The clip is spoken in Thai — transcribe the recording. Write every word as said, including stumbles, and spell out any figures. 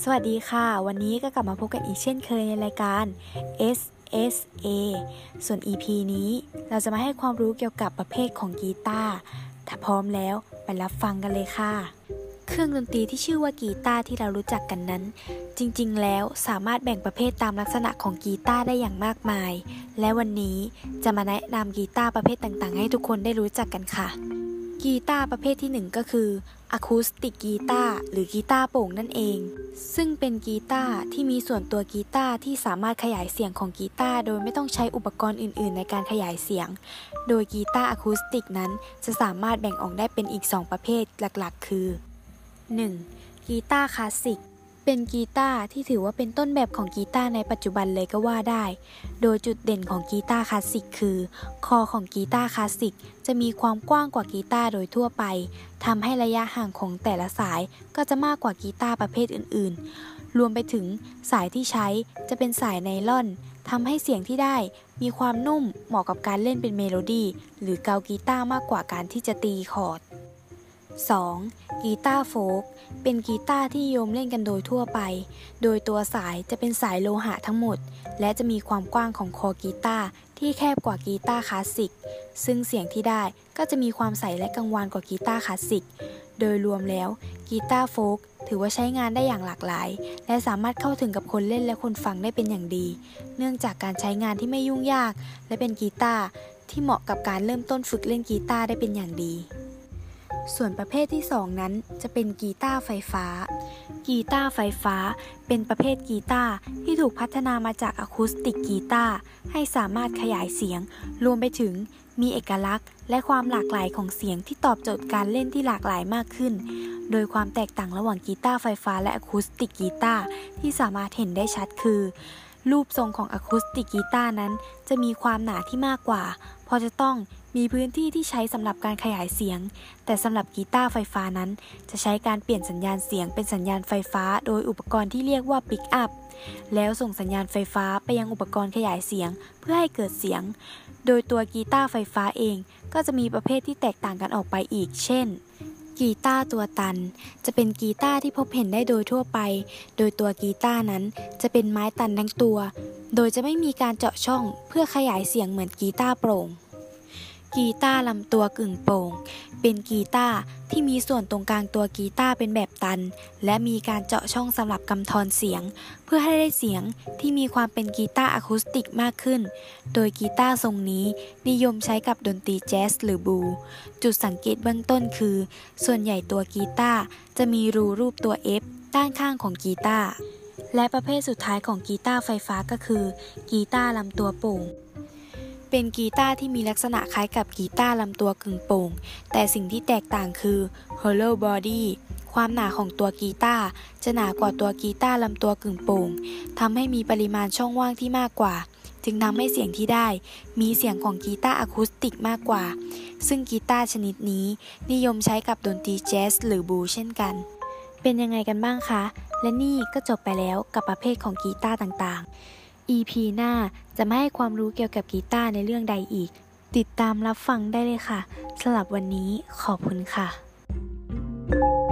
สวัสดีค่ะวันนี้ก็กลับมาพบกันอีกเช่นเคยในรายการ เอส เอส เอ ส่วน อี พี นี้เราจะมาให้ความรู้เกี่ยวกับประเภทของกีตาร์ถ้าพร้อมแล้วไปรับฟังกันเลยค่ะเครื่องดนตรีที่ชื่อว่ากีตาร์ที่เรารู้จักกันนั้นจริงๆแล้วสามารถแบ่งประเภทตามลักษณะของกีตาร์ได้อย่างมากมายและวันนี้จะมาแนะนำกีตาร์ประเภทต่างๆให้ทุกคนได้รู้จักกันค่ะกีตาร์ประเภทที่หนึ่งก็คืออะคูสติกกีตาร์หรือกีตาร์โปร่งนั่นเองซึ่งเป็นกีตาร์ที่มีส่วนตัวกีตาร์ที่สามารถขยายเสียงของกีตาร์โดยไม่ต้องใช้อุปกรณ์อื่นๆในการขยายเสียงโดยกีตาร์อะคูสติกนั้นจะสามารถแบ่งออกได้เป็นอีกสองประเภทหลักๆคือ หนึ่ง. กีตาร์คลาสสิกเป็นกีตาร์ที่ถือว่าเป็นต้นแบบของกีตาร์ในปัจจุบันเลยก็ว่าได้โดยจุดเด่นของกีตาร์คลาสสิกคือคอของกีตาร์คลาสสิกจะมีความกว้างกว่ากีตาร์โดยทั่วไปทำให้ระยะห่างของแต่ละสายก็จะมากกว่ากีตาร์ประเภทอื่นๆรวมไปถึงสายที่ใช้จะเป็นสายไนลอนทำให้เสียงที่ได้มีความนุ่มเหมาะกับการเล่นเป็นเมโลดี้หรือเกากีตาร์มากกว่าการที่จะตีคอร์ดสอง. กีตาร์โฟล์กเป็นกีตาร์ที่นิยมเล่นกันโดยทั่วไปโดยตัวสายจะเป็นสายโลหะทั้งหมดและจะมีความกว้างของคอกีตาร์ที่แคบกว่ากีตาร์คลาสสิกซึ่งเสียงที่ได้ก็จะมีความใสและกังวานกว่ากีตาร์คลาสสิกโดยรวมแล้วกีตาร์โฟล์กถือว่าใช้งานได้อย่างหลากหลายและสามารถเข้าถึงกับคนเล่นและคนฟังได้เป็นอย่างดีเนื่องจากการใช้งานที่ไม่ยุ่งยากและเป็นกีตาร์ที่เหมาะกับการเริ่มต้นฝึกเล่นกีตาร์ได้เป็นอย่างดีส่วนประเภทที่สองนั้นจะเป็นกีตาร์ไฟฟ้ากีตาร์ไฟฟ้าเป็นประเภทกีตาร์ที่ถูกพัฒนามาจากอะคูสติกกีตาร์ให้สามารถขยายเสียงรวมไปถึงมีเอกลักษณ์และความหลากหลายของเสียงที่ตอบโจทย์การเล่นที่หลากหลายมากขึ้นโดยความแตกต่างระหว่างกีตาร์ไฟฟ้าและอะคูสติกกีตาร์ที่สามารถเห็นได้ชัดคือรูปทรงของอะคูสติกกีตาร์นั้นจะมีความหนาที่มากกว่าเพราะจะต้องมีพื้นที่ที่ใช้สำหรับการขยายเสียงแต่สำหรับกีตาร์ไฟฟ้านั้นจะใช้การเปลี่ยนสัญญาณเสียงเป็นสัญญาณไฟฟ้าโดยอุปกรณ์ที่เรียกว่าปิกอัพแล้วส่งสัญญาณไฟฟ้าไปยังอุปกรณ์ขยายเสียงเพื่อให้เกิดเสียงโดยตัวกีตาร์ไฟฟ้าเองก็จะมีประเภทที่แตกต่างกันออกไปอีกเช่นกีตาร์ตัวตันจะเป็นกีตาร์ที่พบเห็นได้โดยทั่วไปโดยตัวกีตาร์นั้นจะเป็นไม้ตันทั้งตัวโดยจะไม่มีการเจาะช่องเพื่อขยายเสียงเหมือนกีตาร์โปร่งกีตาร์ลำตัวกึ่งโปร่งเป็นกีตาร์ที่มีส่วนตรงกลางตัวกีตาร์เป็นแบบตันและมีการเจาะช่องสำหรับกำทรเสียงเพื่อให้ได้เสียงที่มีความเป็นกีตาร์อะคูสติกมากขึ้นโดยกีตาร์ทรงนี้นิยมใช้กับดนตรีแจ๊สหรือบูจุดสังเกตเบื้องต้นคือส่วนใหญ่ตัวกีตาร์จะมีรูรูปตัว F ด้านข้างของกีตาร์และประเภทสุดท้ายของกีตาร์ไฟฟ้าก็คือกีตาร์ลำตัวโปร่งเป็นกีตาร์ที่มีลักษณะคล้ายกับกีตาร์ลำตัวกึ่งโปร่งแต่สิ่งที่แตกต่างคือ hollow body ความหนาของตัวกีตาร์จะหนากว่าตัวกีตาร์ลำตัวกึ่งโปร่งทำให้มีปริมาณช่องว่างที่มากกว่าจึงทำให้เสียงที่ได้มีเสียงของกีตาร์อะคูสติกมากกว่าซึ่งกีตาร์ชนิดนี้นิยมใช้กับดนตรีแจ๊สหรือบูเช่นกันเป็นยังไงกันบ้างคะและนี่ก็จบไปแล้วกับประเภทของกีตาร์ต่างๆอี พี หน้าจะมาให้ความรู้เกี่ยวกับกีตาร์ในเรื่องใดอีกติดตามรับฟังได้เลยค่ะสำหรับวันนี้ขอบคุณค่ะ